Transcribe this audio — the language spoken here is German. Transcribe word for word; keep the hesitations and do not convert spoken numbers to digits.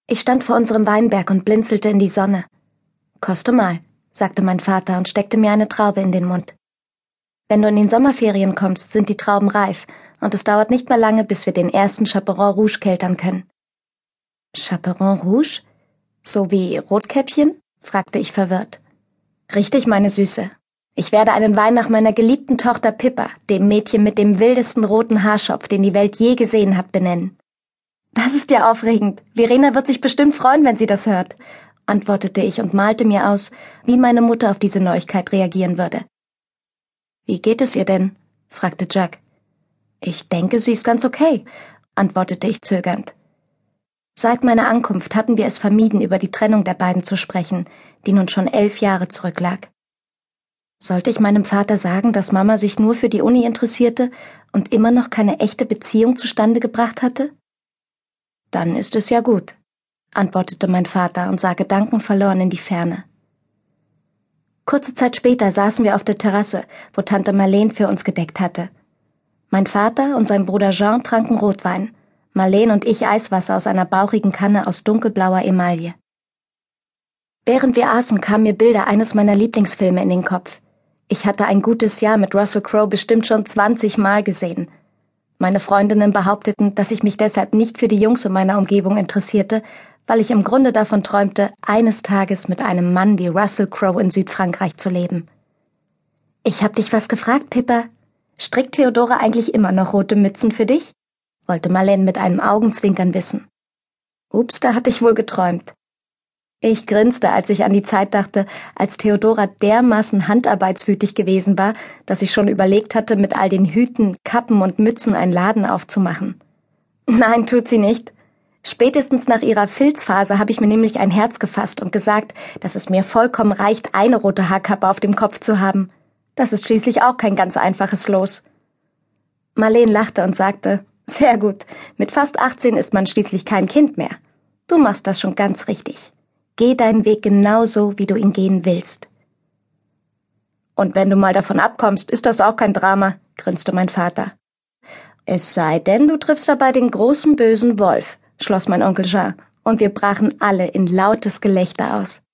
Ich stand vor unserem Weinberg und blinzelte in die Sonne. »Koste mal«, sagte mein Vater und steckte mir eine Traube in den Mund. »Wenn du in den Sommerferien kommst, sind die Trauben reif, und es dauert nicht mehr lange, bis wir den ersten Chaperon Rouge keltern können.« »Chaperon Rouge? So wie Rotkäppchen?« fragte ich verwirrt. »Richtig, meine Süße. Ich werde einen Wein nach meiner geliebten Tochter Pippa, dem Mädchen mit dem wildesten roten Haarschopf, den die Welt je gesehen hat, benennen.« »Das ist ja aufregend. Verena wird sich bestimmt freuen, wenn sie das hört«, antwortete ich und malte mir aus, wie meine Mutter auf diese Neuigkeit reagieren würde. »Wie geht es ihr denn?« fragte Jack. »Ich denke, sie ist ganz okay«, antwortete ich zögernd. Seit meiner Ankunft hatten wir es vermieden, über die Trennung der beiden zu sprechen, die nun schon elf Jahre zurücklag. Sollte ich meinem Vater sagen, dass Mama sich nur für die Uni interessierte und immer noch keine echte Beziehung zustande gebracht hatte? »Dann ist es ja gut«, antwortete mein Vater und sah gedankenverloren in die Ferne. Kurze Zeit später saßen wir auf der Terrasse, wo Tante Marlene für uns gedeckt hatte. Mein Vater und sein Bruder Jean tranken Rotwein, Marlene und ich Eiswasser aus einer bauchigen Kanne aus dunkelblauer Emaille. Während wir aßen, kamen mir Bilder eines meiner Lieblingsfilme in den Kopf. Ich hatte ein gutes Jahr mit Russell Crowe bestimmt schon zwanzig Mal gesehen. Meine Freundinnen behaupteten, dass ich mich deshalb nicht für die Jungs in meiner Umgebung interessierte, weil ich im Grunde davon träumte, eines Tages mit einem Mann wie Russell Crowe in Südfrankreich zu leben. »Ich hab dich was gefragt, Pippa. Strickt Theodora eigentlich immer noch rote Mützen für dich?« wollte Marlene mit einem Augenzwinkern wissen. Ups, da hatte ich wohl geträumt. Ich grinste, als ich an die Zeit dachte, als Theodora dermaßen handarbeitswütig gewesen war, dass ich schon überlegt hatte, mit all den Hüten, Kappen und Mützen einen Laden aufzumachen. Nein, tut sie nicht. Spätestens nach ihrer Filzphase habe ich mir nämlich ein Herz gefasst und gesagt, dass es mir vollkommen reicht, eine rote Haarkappe auf dem Kopf zu haben. Das ist schließlich auch kein ganz einfaches Los. Marlene lachte und sagte, »Sehr gut, mit fast achtzehn ist man schließlich kein Kind mehr. Du machst das schon ganz richtig. Geh deinen Weg genauso, wie du ihn gehen willst.« »Und wenn du mal davon abkommst, ist das auch kein Drama«, grinste mein Vater. »Es sei denn, du triffst dabei den großen bösen Wolf«, schloss mein Onkel Jean, und wir brachen alle in lautes Gelächter aus.